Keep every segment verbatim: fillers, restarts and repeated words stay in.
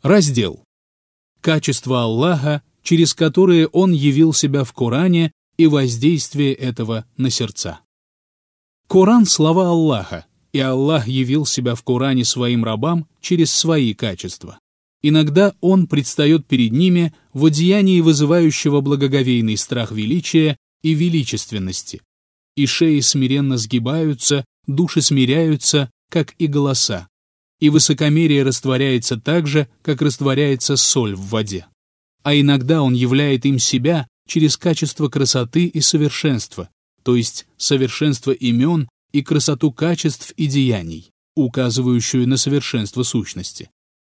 Раздел. Качества Аллаха, через которые Он явил себя в Коране, и воздействие этого на сердца. Коран — слова Аллаха, и Аллах явил себя в Коране своим рабам через свои качества. Иногда Он предстает перед ними в одеянии вызывающего благоговейный страх величия и величественности, и шеи смиренно сгибаются, души смиряются, как и голоса, и высокомерие растворяется так же, как растворяется соль в воде. А иногда Он являет им себя через качество красоты и совершенства, то есть совершенство имен и красоту качеств и деяний, указывающую на совершенство сущности.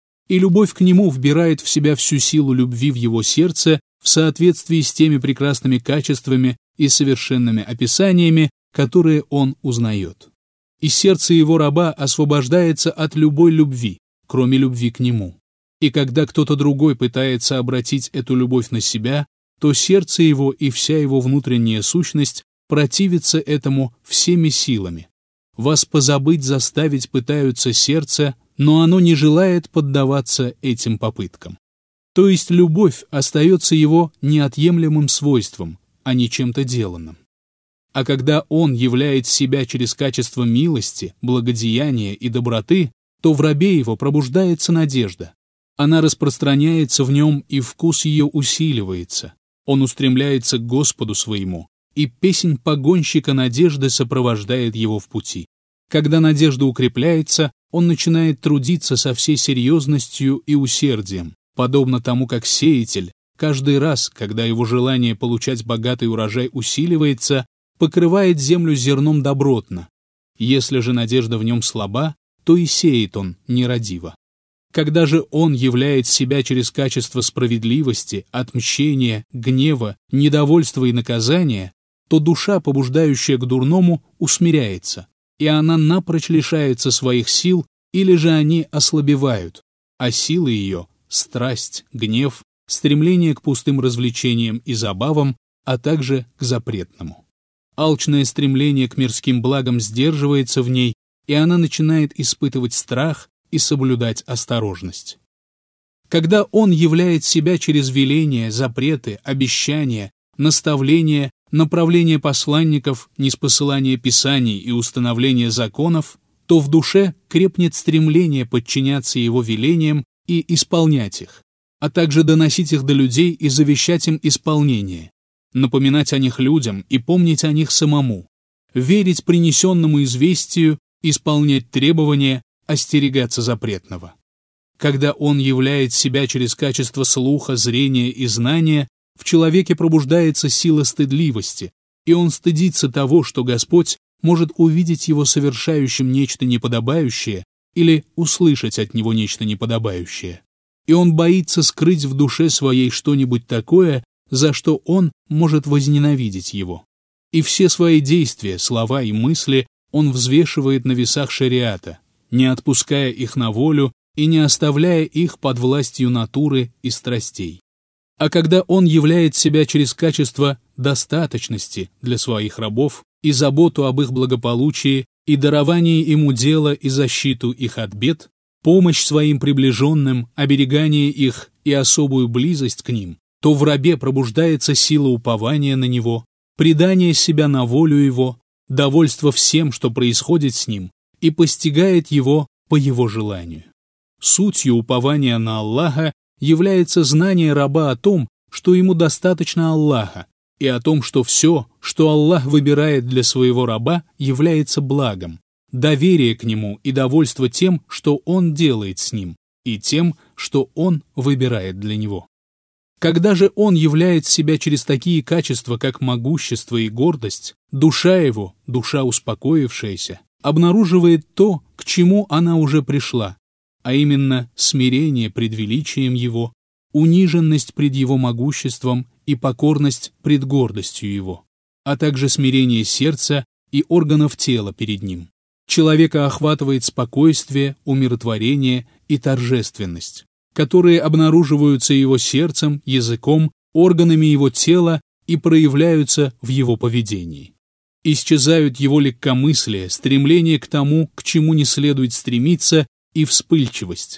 И любовь к Нему вбирает в себя всю силу любви в его сердце в соответствии с теми прекрасными качествами и совершенными описаниями, которые он узнает. И сердце его раба освобождается от любой любви, кроме любви к Нему. И когда кто-то другой пытается обратить эту любовь на себя, то сердце его и вся его внутренняя сущность противится этому всеми силами. Вас позабыть заставить пытаются сердце, но оно не желает поддаваться этим попыткам. То есть любовь остается его неотъемлемым свойством, а не чем-то деланным. А когда он являет себя через качество милости, благодеяния и доброты, то в рабе его пробуждается надежда. Она распространяется в нем, и вкус ее усиливается. Он устремляется к Господу своему, и песнь погонщика надежды сопровождает его в пути. Когда надежда укрепляется, он начинает трудиться со всей серьезностью и усердием, подобно тому, как сеятель, каждый раз, когда его желание получать богатый урожай усиливается, покрывает землю зерном добротно. Если же надежда в нем слаба, то и сеет он нерадиво. Когда же он являет себя через качество справедливости, отмщения, гнева, недовольства и наказания, то душа, побуждающая к дурному, усмиряется, и она напрочь лишается своих сил, или же они ослабевают, а силы ее — страсть, гнев, стремление к пустым развлечениям и забавам, а также к запретному. Алчное стремление к мирским благам сдерживается в ней, и она начинает испытывать страх и соблюдать осторожность. Когда он являет себя через веления, запреты, обещания, наставления, направление посланников, ниспосылание писаний и установление законов, то в душе крепнет стремление подчиняться его велениям и исполнять их, а также доносить их до людей и завещать им исполнение, напоминать о них людям и помнить о них самому, верить принесенному известию, исполнять требования, остерегаться запретного. Когда он являет себя через качество слуха, зрения и знания, в человеке пробуждается сила стыдливости, и он стыдится того, что Господь может увидеть его совершающим нечто неподобающее или услышать от него нечто неподобающее. И он боится скрыть в душе своей что-нибудь такое, за что он может возненавидеть его. И все свои действия, слова и мысли он взвешивает на весах шариата, не отпуская их на волю и не оставляя их под властью натуры и страстей. А когда он являет себя через качество достаточности для своих рабов и заботу об их благополучии и дарование ему дела и защиту их от бед, помощь своим приближенным, оберегание их и особую близость к ним, то в рабе пробуждается сила упования на него, предание себя на волю его, довольство всем, что происходит с ним, и постигает его по его желанию. Сутью упования на Аллаха является знание раба о том, что ему достаточно Аллаха, и о том, что все, что Аллах выбирает для своего раба, является благом, доверие к нему и довольство тем, что он делает с ним, и тем, что он выбирает для него. Когда же он являет себя через такие качества, как могущество и гордость, душа его, душа успокоившаяся, обнаруживает то, к чему она уже пришла, а именно смирение пред величием его, униженность пред его могуществом и покорность пред гордостью его, а также смирение сердца и органов тела перед ним. Человека охватывает спокойствие, умиротворение и торжественность, которые обнаруживаются его сердцем, языком, органами его тела и проявляются в его поведении. Исчезают его легкомыслие, стремление к тому, к чему не следует стремиться, и вспыльчивость.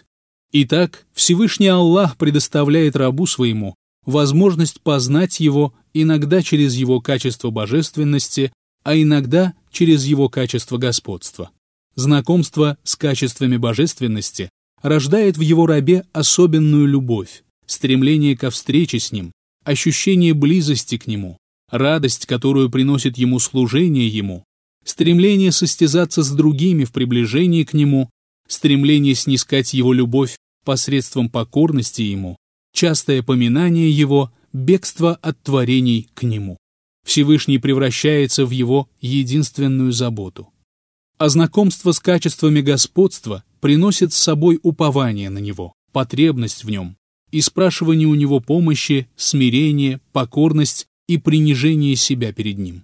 Итак, Всевышний Аллах предоставляет рабу своему возможность познать его иногда через его качество божественности, а иногда через его качество господства. Знакомство с качествами божественности рождает в его рабе особенную любовь, стремление ко встрече с ним, ощущение близости к нему, радость, которую приносит ему служение ему, стремление состязаться с другими в приближении к нему, стремление снискать его любовь посредством покорности ему, частое поминание его, бегство от творений к нему. Всевышний превращается в его единственную заботу. А знакомство с качествами господства приносит с собой упование на него, потребность в нем, и спрашивание у него помощи, смирение, покорность и принижение себя перед ним.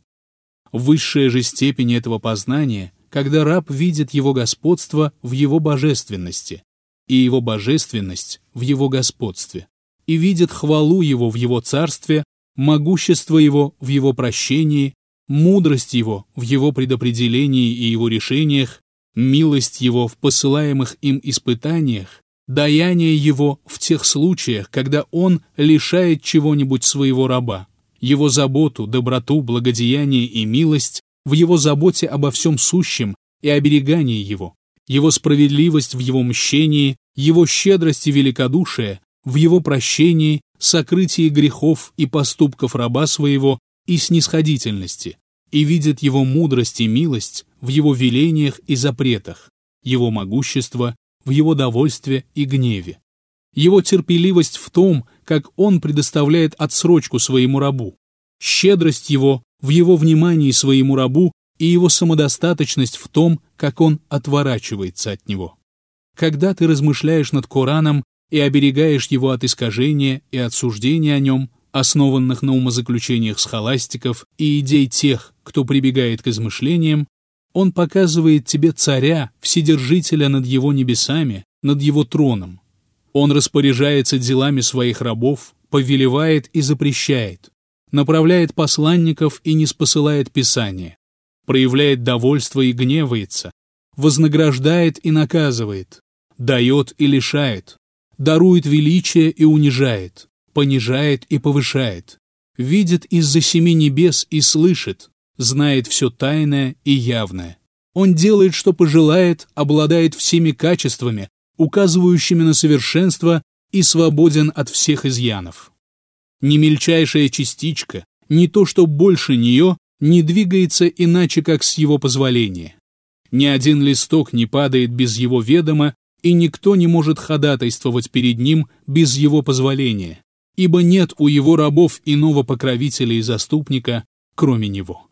Высшая же степень этого познания, когда раб видит его господство в его божественности, и его божественность в его господстве, и видит хвалу его в его царстве, могущество его в его прощении, мудрость его в его предопределении и его решениях, милость его в посылаемых им испытаниях, даяние его в тех случаях, когда он лишает чего-нибудь своего раба, его заботу, доброту, благодеяние и милость в его заботе обо всем сущем и оберегании его, его справедливость в его мщении, его щедрость и великодушие в его прощении, сокрытии грехов и поступков раба своего и снисходительности, и видит его мудрость и милость в его велениях и запретах, его могущество в его довольстве и гневе, его терпеливость в том, как он предоставляет отсрочку своему рабу, щедрость его в его внимании своему рабу и его самодостаточность в том, как он отворачивается от него. Когда ты размышляешь над Кораном и оберегаешь его от искажения и от суждения о нем, основанных на умозаключениях схоластиков и идей тех, кто прибегает к измышлениям, он показывает тебе царя, вседержителя над его небесами, над его троном. Он распоряжается делами своих рабов, повелевает и запрещает, направляет посланников и ниспосылает писание, проявляет довольство и гневается, вознаграждает и наказывает, дает и лишает, дарует величие и унижает, понижает и повышает, видит из-за семи небес и слышит, знает все тайное и явное. Он делает, что пожелает, обладает всеми качествами, указывающими на совершенство, и свободен от всех изъянов. Ни мельчайшая частичка, ни то, что больше нее, не двигается иначе, как с его позволения. Ни один листок не падает без его ведома, и никто не может ходатайствовать перед ним без его позволения, ибо нет у его рабов иного покровителя и заступника, кроме него.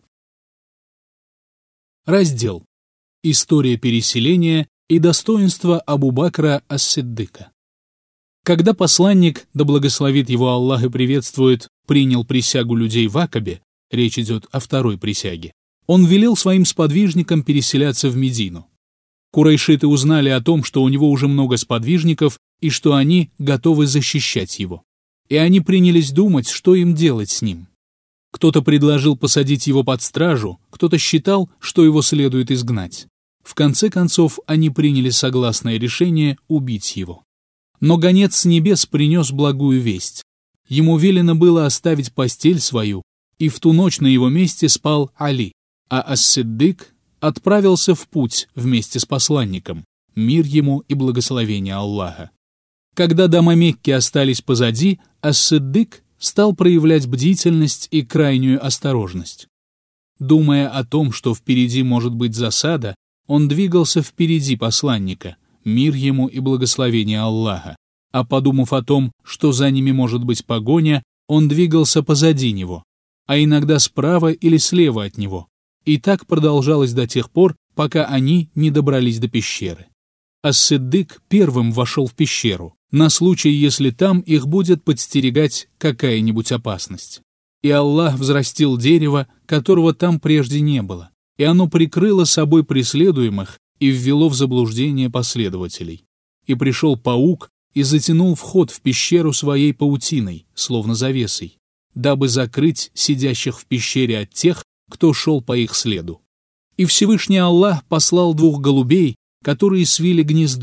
Раздел. История переселения и достоинства Абу-Бакра ас-Сиддыка. Когда посланник, да благословит его Аллах и приветствует, принял присягу людей в Акабе, речь идет о второй присяге, он велел своим сподвижникам переселяться в Медину. Курайшиты узнали о том, что у него уже много сподвижников и что они готовы защищать его. И они принялись думать, что им делать с ним. Кто-то предложил посадить его под стражу, кто-то считал, что его следует изгнать. В конце концов, они приняли согласное решение убить его. Но гонец с небес принес благую весть. Ему велено было оставить постель свою, и в ту ночь на его месте спал Али, а ас-Сиддык отправился в путь вместе с посланником, мир ему и благословение Аллаха. Когда дома Мекки остались позади, ас-Сиддык стал проявлять бдительность и крайнюю осторожность. Думая о том, что впереди может быть засада, он двигался впереди посланника, мир ему и благословение Аллаха, а подумав о том, что за ними может быть погоня, он двигался позади него, а иногда справа или слева от него. И так продолжалось до тех пор, пока они не добрались до пещеры. Ас-Сиддык первым вошел в пещеру, на случай, если там их будет подстерегать какая-нибудь опасность. И Аллах взрастил дерево, которого там прежде не было, и оно прикрыло собой преследуемых и ввело в заблуждение последователей. И пришел паук и затянул вход в пещеру своей паутиной, словно завесой, дабы закрыть сидящих в пещере от тех, кто шел по их следу. И Всевышний Аллах послал двух голубей, которые свили гнездо,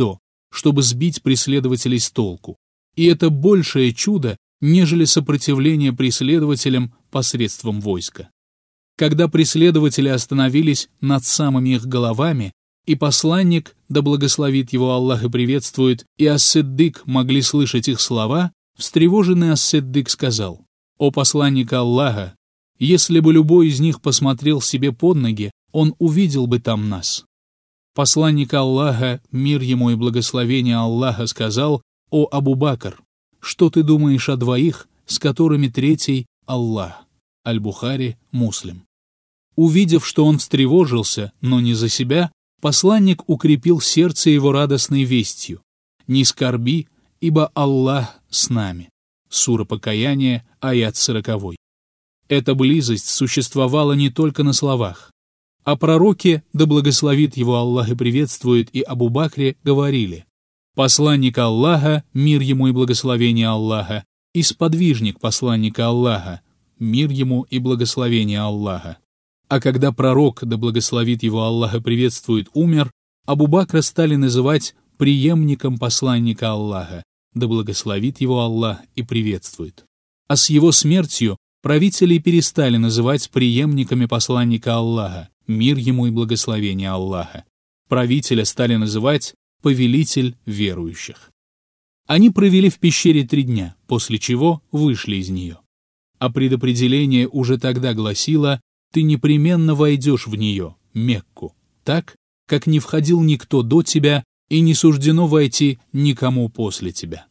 чтобы сбить преследователей с толку. И это большее чудо, нежели сопротивление преследователям посредством войска. Когда преследователи остановились над самыми их головами, и посланник, да благословит его Аллах и приветствует, и ас-Сиддык могли слышать их слова, встревоженный ас-Сиддык сказал: «О посланник Аллаха, если бы любой из них посмотрел себе под ноги, он увидел бы там нас». Посланник Аллаха, мир ему и благословение Аллаха, сказал: «О Абу-Бакр, что ты думаешь о двоих, с которыми третий — Аллах?» Аль-Бухари, Муслим. Увидев, что он встревожился, но не за себя, посланник укрепил сердце его радостной вестью: «Не скорби, ибо Аллах с нами». Сура Покаяние, аят сороковой. Эта близость существовала не только на словах. О пророке, да благословит его Аллах и приветствует, и Абу-Бакре говорили: «Посланник Аллаха, мир ему и благословение Аллаха, и сподвижник посланника Аллаха, мир ему и благословение Аллаха». А когда пророк, да благословит его Аллах и приветствует, умер, Абу-Бакра стали называть преемником посланника Аллаха, да благословит его Аллах и приветствует. А с его смертью правители перестали называть преемниками посланника Аллаха, мир ему и благословение Аллаха. Правителя стали называть повелитель верующих. Они провели в пещере три дня, после чего вышли из нее. А предопределение уже тогда гласило: «Ты непременно войдешь в нее, Мекку, так, как не входил никто до тебя, и не суждено войти никому после тебя».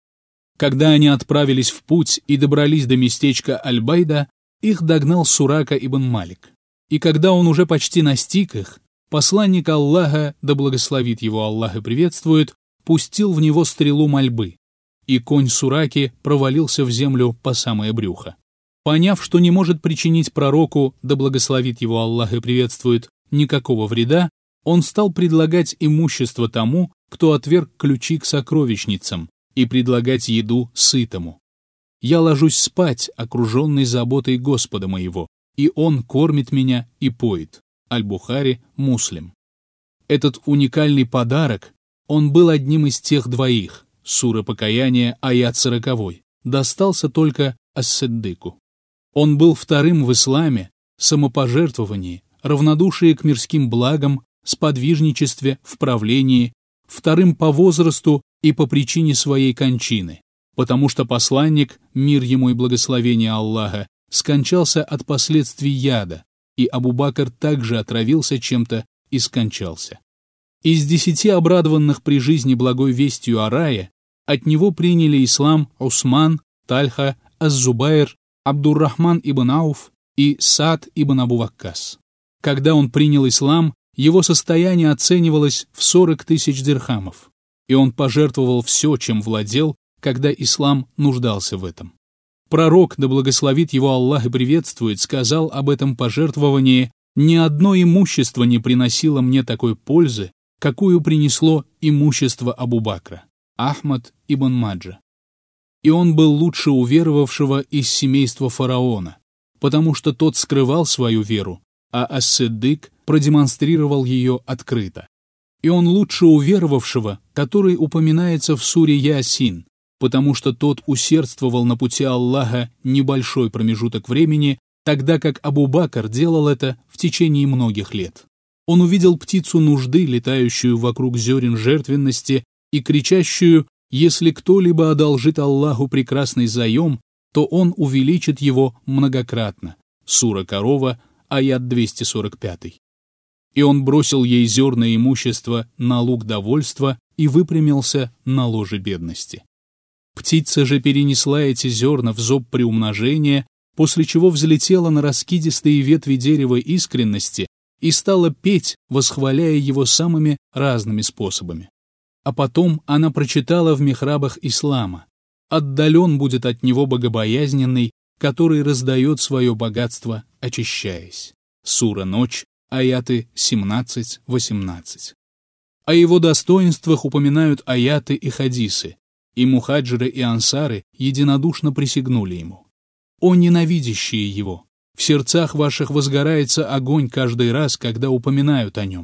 Когда они отправились в путь и добрались до местечка Аль-Байда, их догнал Сурака ибн Малик. И когда он уже почти настиг их, посланник Аллаха, да благословит его Аллах и приветствует, пустил в него стрелу мольбы, и конь Сураки провалился в землю по самое брюхо. Поняв, что не может причинить пророку, да благословит его Аллах и приветствует, никакого вреда, он стал предлагать имущество тому, кто отверг ключи к сокровищницам, и предлагать еду сытому. «Я ложусь спать, окруженный заботой Господа моего, и Он кормит меня и поет». Аль-Бухари, Муслим. Этот уникальный подарок, он был одним из тех двоих, сура Покаяния, аят сороковой, достался только ас-Сиддыку. Он был вторым в исламе, самопожертвовании, равнодушии к мирским благам, сподвижничестве в правлении, вторым по возрасту и по причине своей кончины, потому что посланник, мир ему и благословение Аллаха, скончался от последствий яда, и Абу-Бакр также отравился чем-то и скончался. Из десяти обрадованных при жизни благой вестью о рае от него приняли ислам Усман, Тальха, Аз-Зубайр, Абдур-Рахман ибн Ауф и Саад ибн Абу Ваккас. Когда он принял ислам, его состояние оценивалось в сорок тысяч дирхамов, и он пожертвовал все, чем владел, когда ислам нуждался в этом. Пророк, да благословит его Аллах и приветствует, сказал об этом пожертвовании: «Ни одно имущество не приносило мне такой пользы, какую принесло имущество Абу-Бакра». Ахмад ибн Маджа. И он был лучше уверовавшего из семейства фараона, потому что тот скрывал свою веру, а ас-Сиддык продемонстрировал ее открыто. И он лучше уверовавшего, который упоминается в суре Ясин, потому что тот усердствовал на пути Аллаха небольшой промежуток времени, тогда как Абу-Бакр делал это в течение многих лет. Он увидел птицу нужды, летающую вокруг зерен жертвенности и кричащую: «Если кто-либо одолжит Аллаху прекрасный заем, то он увеличит его многократно». Сура Корова, аят двести сорок пять. И он бросил ей зерна имущества на луг довольства и выпрямился на ложе бедности. Птица же перенесла эти зерна в зоб приумножения, после чего взлетела на раскидистые ветви дерева искренности и стала петь, восхваляя его самыми разными способами. А потом она прочитала в михрабах ислама: «Отдален будет от него богобоязненный, который раздает свое богатство, очищаясь». Сура «Ночь», аяты семнадцать-восемнадцать. О его достоинствах упоминают аяты и хадисы, и мухаджиры и ансары единодушно присягнули ему: «О ненавидящие его! В сердцах ваших возгорается огонь каждый раз, когда упоминают о нем.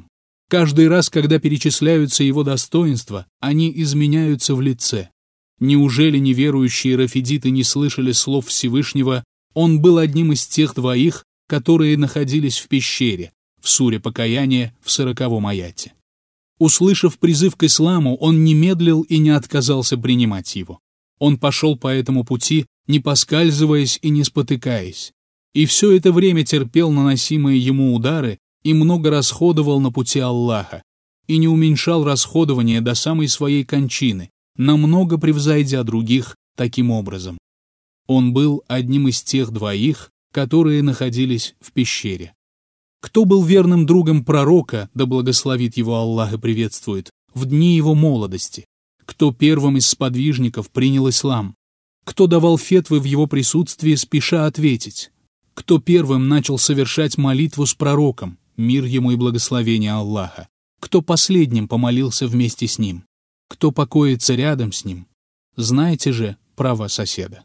Каждый раз, когда перечисляются его достоинства, они изменяются в лице. Неужели неверующие рафидиты не слышали слов Всевышнего? Он был одним из тех двоих, которые находились в пещере, в суре покаяния в сороковом аяте. Услышав призыв к исламу, он не медлил и не отказался принимать его. Он пошел по этому пути, не поскальзываясь и не спотыкаясь. И все это время терпел наносимые ему удары и много расходовал на пути Аллаха, и не уменьшал расходование до самой своей кончины, намного превзойдя других таким образом. Он был одним из тех двоих, которые находились в пещере. Кто был верным другом пророка, да благословит его Аллах и приветствует, в дни его молодости? Кто первым из сподвижников принял ислам? Кто давал фетвы в его присутствии, спеша ответить? Кто первым начал совершать молитву с пророком, мир ему и благословение Аллаха? Кто последним помолился вместе с ним? Кто покоится рядом с ним? Знаете же права соседа.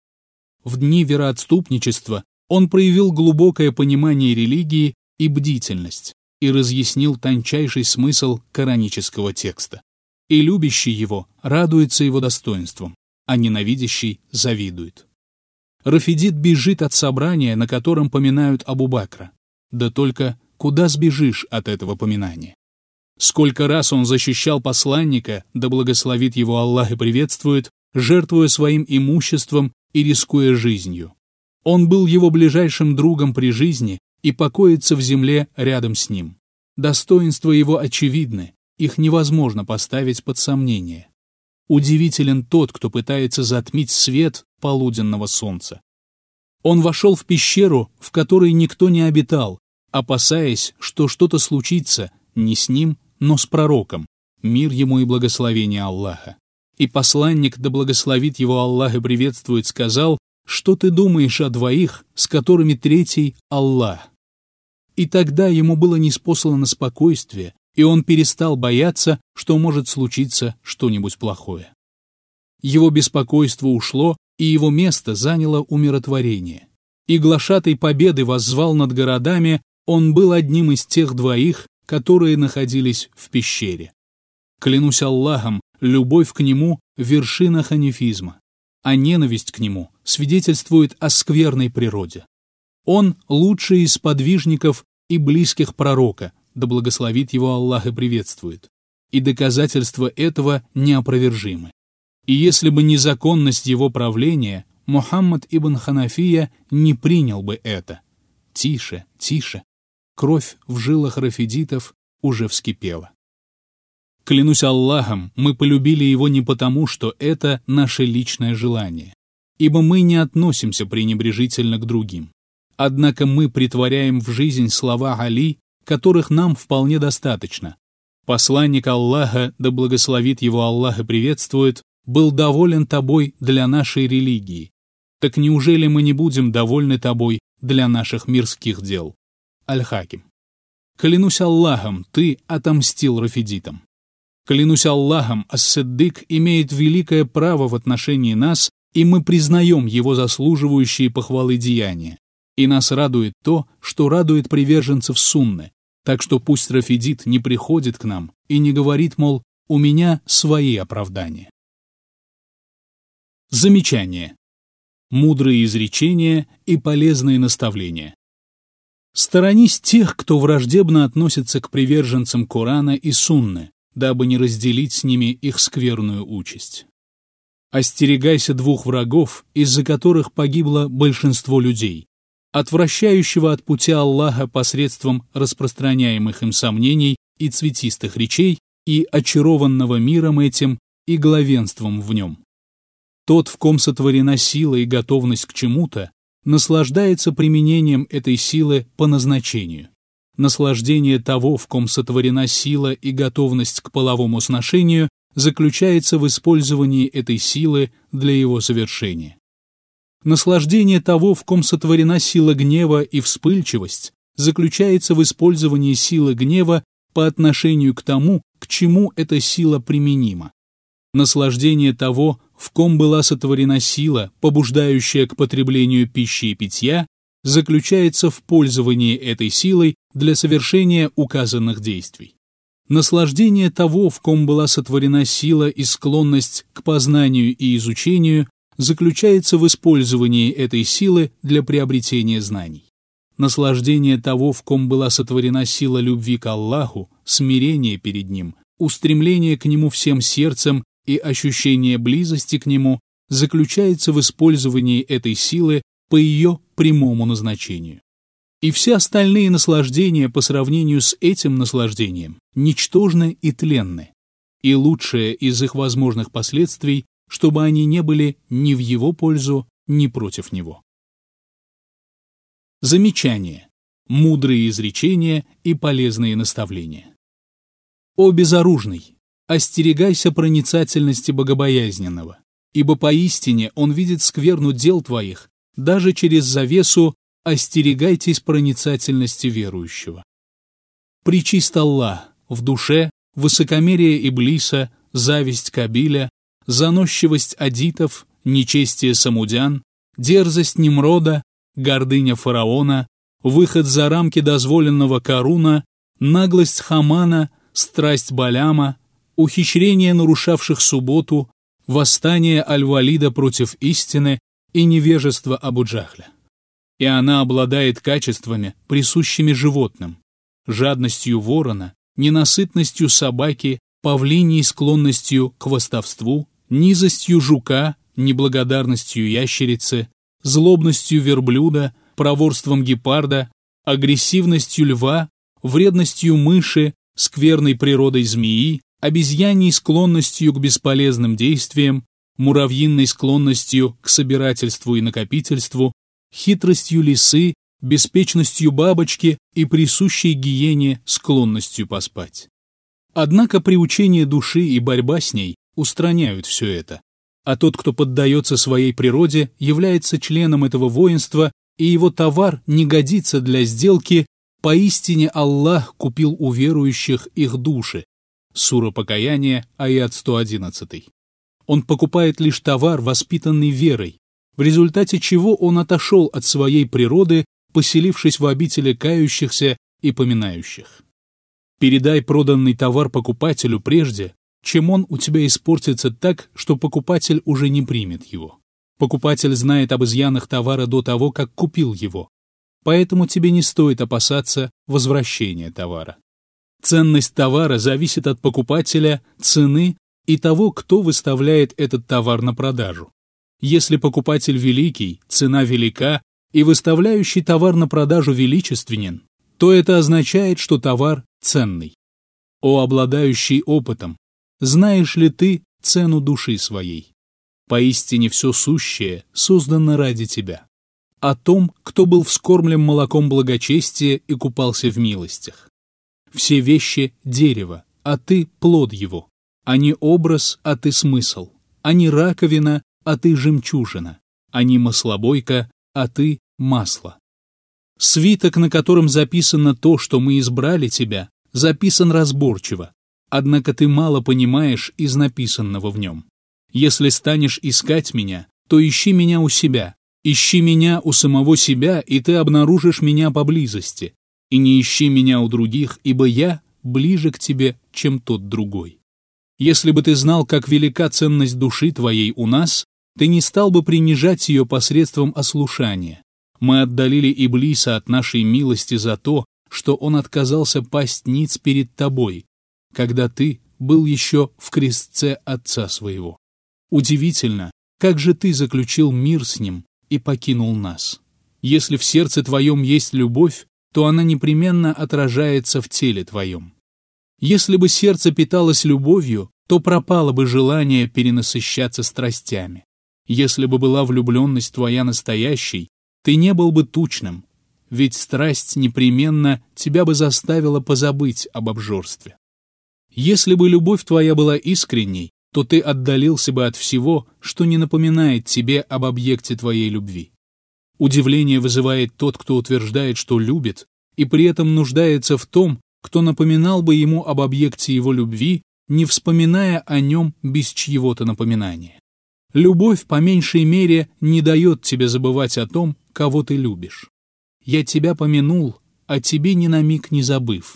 В дни вероотступничества он проявил глубокое понимание религии и бдительность и разъяснил тончайший смысл коранического текста. И любящий его радуется его достоинством, а ненавидящий завидует. Рафидит бежит от собрания, на котором поминают Абу-Бакра. Да только куда сбежишь от этого поминания? Сколько раз он защищал посланника, да благословит его Аллах и приветствует, жертвуя своим имуществом и рискуя жизнью. Он был его ближайшим другом при жизни и покоится в земле рядом с ним. Достоинства его очевидны, их невозможно поставить под сомнение. Удивителен тот, кто пытается затмить свет полуденного солнца. Он вошел в пещеру, в которой никто не обитал, опасаясь, что что-то случится не с ним, но с пророком, мир ему и благословение Аллаха. И посланник, да благословит его Аллах и приветствует, сказал: «Что ты думаешь о двоих, с которыми третий — Аллах?» И тогда ему было ниспослано спокойствие, и он перестал бояться, что может случиться что-нибудь плохое. Его беспокойство ушло, и его место заняло умиротворение. И глашатай победы воззвал над городами, он был одним из тех двоих, которые находились в пещере. Клянусь Аллахом, любовь к нему — вершина ханифизма, а ненависть к нему свидетельствует о скверной природе. Он — лучший из сподвижников и близких пророка, да благословит его Аллах и приветствует, и доказательства этого неопровержимы. И если бы не законность его правления, Мухаммад ибн Ханафия не принял бы это. Тише, тише. Кровь в жилах рафидитов уже вскипела. Клянусь Аллахом, мы полюбили его не потому, что это наше личное желание, ибо мы не относимся пренебрежительно к другим. Однако мы претворяем в жизнь слова Али, которых нам вполне достаточно. Посланник Аллаха, да благословит его Аллах и приветствует, был доволен тобой для нашей религии. Так неужели мы не будем довольны тобой для наших мирских дел? Аль-Хаким. Клянусь Аллахом, ты отомстил рафидитам. Клянусь Аллахом, Ас-Сиддик имеет великое право в отношении нас, и мы признаем его заслуживающие похвалы деяния. И нас радует то, что радует приверженцев сунны, так что пусть рафидит не приходит к нам и не говорит, мол, у меня свои оправдания. Замечание. Мудрые изречения и полезные наставления. Сторонись тех, кто враждебно относится к приверженцам Корана и Сунны, дабы не разделить с ними их скверную участь. Остерегайся двух врагов, из-за которых погибло большинство людей: отвращающего от пути Аллаха посредством распространяемых им сомнений и цветистых речей, и очарованного миром этим и главенством в нем. Тот, в ком сотворена сила и готовность к чему-то, наслаждается применением этой силы по назначению. Наслаждение того, в ком сотворена сила и готовность к половому сношению, заключается в использовании этой силы для его совершения. Наслаждение того, в ком сотворена сила гнева и вспыльчивость, заключается в использовании силы гнева по отношению к тому, к чему эта сила применима. Наслаждение того, в ком была сотворена сила, побуждающая к потреблению пищи и питья, заключается в пользовании этой силой для совершения указанных действий. Наслаждение того, в ком была сотворена сила и склонность к познанию и изучению, заключается в использовании этой силы для приобретения знаний. Наслаждение того, в ком была сотворена сила любви к Аллаху, смирение перед Ним, устремление к Нему всем сердцем и ощущение близости к Нему, заключается в использовании этой силы по ее прямому назначению. И все остальные наслаждения по сравнению с этим наслаждением ничтожны и тленны, и лучшее из их возможных последствий, чтобы они не были ни в его пользу, ни против него. Замечание. Мудрые изречения и полезные наставления. О безоружный, остерегайся проницательности богобоязненного, ибо поистине он видит скверну дел твоих, даже через завесу остерегайтесь проницательности верующего. Причист Аллах в душе, высокомерие Иблиса, зависть Кабиля, заносчивость адитов, нечестие самудян, дерзость Немрода, гордыня фараона, выход за рамки дозволенного Каруна, наглость Хамана, страсть Баляма, ухищрение нарушавших субботу, восстание Аль-Валида против истины и невежество Абу-Джахля. И она обладает качествами, присущими животным, жадностью ворона, ненасытностью собаки, павлиньей склонностью к хвастовству, низостью жука, неблагодарностью ящерицы, злобностью верблюда, проворством гепарда, агрессивностью льва, вредностью мыши, скверной природой змеи, обезьяньей склонностью к бесполезным действиям, муравьиной склонностью к собирательству и накопительству, хитростью лисы, беспечностью бабочки и присущей гиене склонностью поспать. Однако приучение души и борьба с ней устраняют все это, а тот, кто поддается своей природе, является членом этого воинства, и его товар не годится для сделки, поистине Аллах купил у верующих их души. Сура Покаяние, аят сто одиннадцать. Он покупает лишь товар, воспитанный верой, в результате чего он отошел от своей природы, поселившись в обители кающихся и поминающих. Передай проданный товар покупателю прежде, чем он у тебя испортится так, что покупатель уже не примет его. Покупатель знает об изъянах товара до того, как купил его, поэтому тебе не стоит опасаться возвращения товара. Ценность товара зависит от покупателя, цены и того, кто выставляет этот товар на продажу. Если покупатель великий, цена велика, и выставляющий товар на продажу величественен, то это означает, что товар ценный. О обладающий опытом, знаешь ли ты цену души своей? Поистине все сущее создано ради тебя. О том, кто был вскормлен молоком благочестия и купался в милостях. Все вещи — дерево, а ты — плод его. Они образ, а ты — смысл. Они раковина, а ты — жемчужина. Они маслобойка, а ты — масло. Свиток, на котором записано то, что мы избрали тебя, записан разборчиво, однако ты мало понимаешь из написанного в нем. Если станешь искать меня, то ищи меня у себя, ищи меня у самого себя, и ты обнаружишь меня поблизости, и не ищи меня у других, ибо я ближе к тебе, чем тот другой. Если бы ты знал, как велика ценность души твоей у нас, ты не стал бы принижать ее посредством ослушания. Мы отдалили Иблиса от нашей милости за то, что он отказался пасть ниц перед тобой, когда ты был еще в крестце отца своего. Удивительно, как же ты заключил мир с ним и покинул нас. Если в сердце твоем есть любовь, то она непременно отражается в теле твоем. Если бы сердце питалось любовью, то пропало бы желание перенасыщаться страстями. Если бы была влюбленность твоя настоящей, ты не был бы тучным, ведь страсть непременно тебя бы заставила позабыть об обжорстве. Если бы любовь твоя была искренней, то ты отдалился бы от всего, что не напоминает тебе об объекте твоей любви. Удивление вызывает тот, кто утверждает, что любит, и при этом нуждается в том, кто напоминал бы ему об объекте его любви, не вспоминая о нем без чьего-то напоминания. Любовь, по меньшей мере, не дает тебе забывать о том, кого ты любишь. Я тебя помянул, а тебе ни на миг не забыв.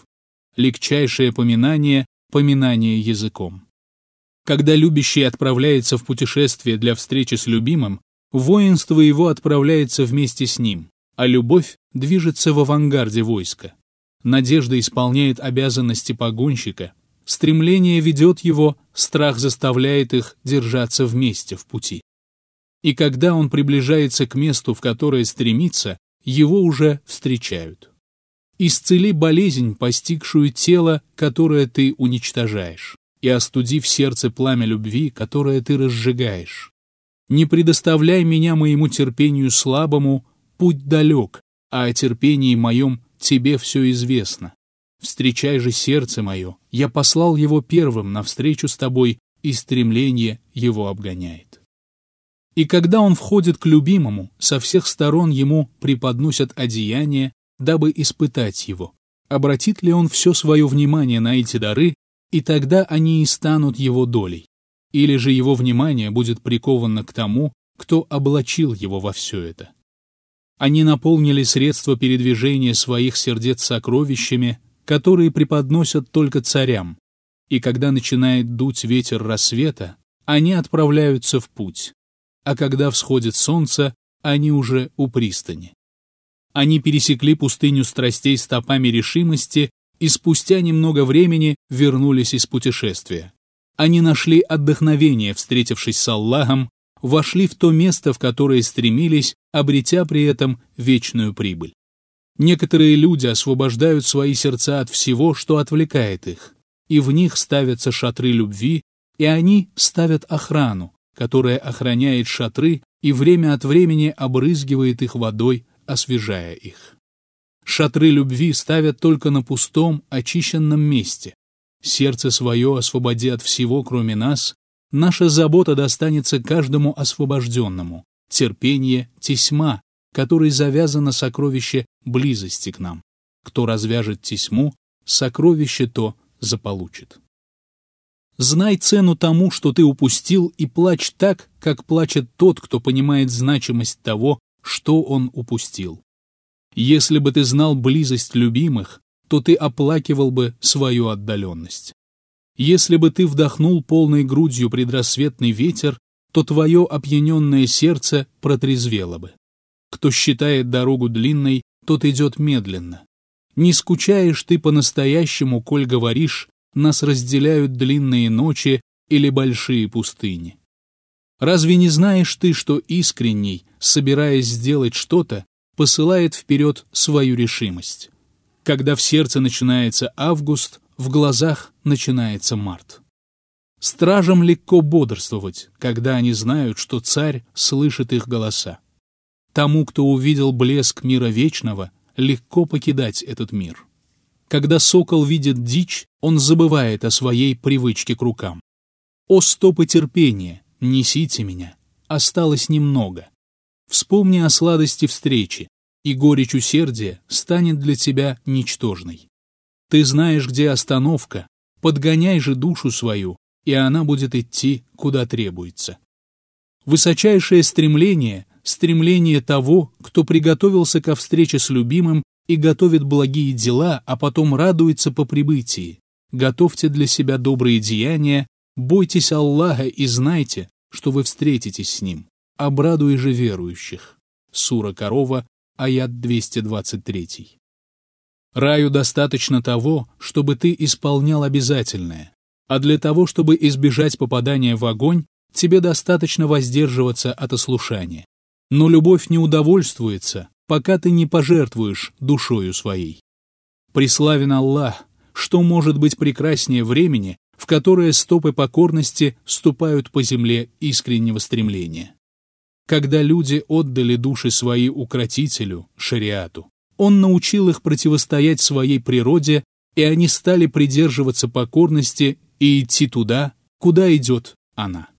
легчайшее поминание, поминание языком. Когда любящий отправляется в путешествие для встречи с любимым, воинство его отправляется вместе с ним, а любовь движется в авангарде войска. Надежда исполняет обязанности погонщика, стремление ведет его, страх заставляет их держаться вместе в пути. И когда он приближается к месту, в которое стремится, его уже встречают. Исцели болезнь, постигшую тело, которое ты уничтожаешь, и остуди в сердце пламя любви, которое ты разжигаешь. Не предоставляй меня моему терпению слабому, путь далек, а о терпении моем тебе все известно. Встречай же сердце мое, я послал его первым навстречу с тобой, и стремление его обгоняет. И когда он входит к любимому, со всех сторон ему преподносят одеяние, дабы испытать его, обратит ли он все свое внимание на эти дары, и тогда они и станут его долей, или же его внимание будет приковано к тому, кто облачил его во все это. Они наполнили средства передвижения своих сердец сокровищами, которые преподносят только царям, и когда начинает дуть ветер рассвета, они отправляются в путь, а когда всходит солнце, они уже у пристани. Они пересекли пустыню страстей стопами решимости и спустя немного времени вернулись из путешествия. Они нашли отдохновение, встретившись с Аллахом, вошли в то место, в которое стремились, обретя при этом вечную прибыль. Некоторые люди освобождают свои сердца от всего, что отвлекает их, и в них ставятся шатры любви, и они ставят охрану, которая охраняет шатры и время от времени обрызгивает их водой, освежая их. Шатры любви ставят только на пустом, очищенном месте. Сердце свое освободи от всего, кроме нас. Наша забота достанется каждому освобожденному. Терпение — тесьма, которой завязано сокровище близости к нам. Кто развяжет тесьму, сокровище то заполучит. Знай цену тому, что ты упустил, и плачь так, как плачет тот, кто понимает значимость того, что он упустил. Если бы ты знал близость любимых, то ты оплакивал бы свою отдаленность. Если бы ты вдохнул полной грудью предрассветный ветер, то твое опьяненное сердце протрезвело бы. Кто считает дорогу длинной, тот идет медленно. Не скучаешь ты по-настоящему, коль говоришь, нас разделяют длинные ночи или большие пустыни. Разве не знаешь ты, что искренний, собираясь сделать что-то, посылает вперед свою решимость? Когда в сердце начинается август, в глазах начинается март. Стражам легко бодрствовать, когда они знают, что царь слышит их голоса. Тому, кто увидел блеск мира вечного, легко покидать этот мир. Когда сокол видит дичь, он забывает о своей привычке к рукам. «О стопы терпения, несите меня, осталось немного. Вспомни о сладости встречи, и горечь усердия станет для тебя ничтожной. Ты знаешь, где остановка, подгоняй же душу свою, и она будет идти, куда требуется». Высочайшее стремление — стремление того, кто приготовился ко встрече с любимым и готовит благие дела, а потом радуется по прибытии. Готовьте для себя добрые деяния, бойтесь Аллаха и знайте, что вы встретитесь с Ним. Обрадуй же верующих. Сура Корова, аят двести двадцать три. Раю достаточно того, чтобы ты исполнял обязательное, а для того, чтобы избежать попадания в огонь, тебе достаточно воздерживаться от ослушания. Но любовь не удовольствуется, пока ты не пожертвуешь душою своей. Преславен Аллах, что может быть прекраснее времени, в которое стопы покорности ступают по земле искреннего стремления. Когда люди отдали души свои укротителю, шариату, он научил их противостоять своей природе, и они стали придерживаться покорности и идти туда, куда идет она.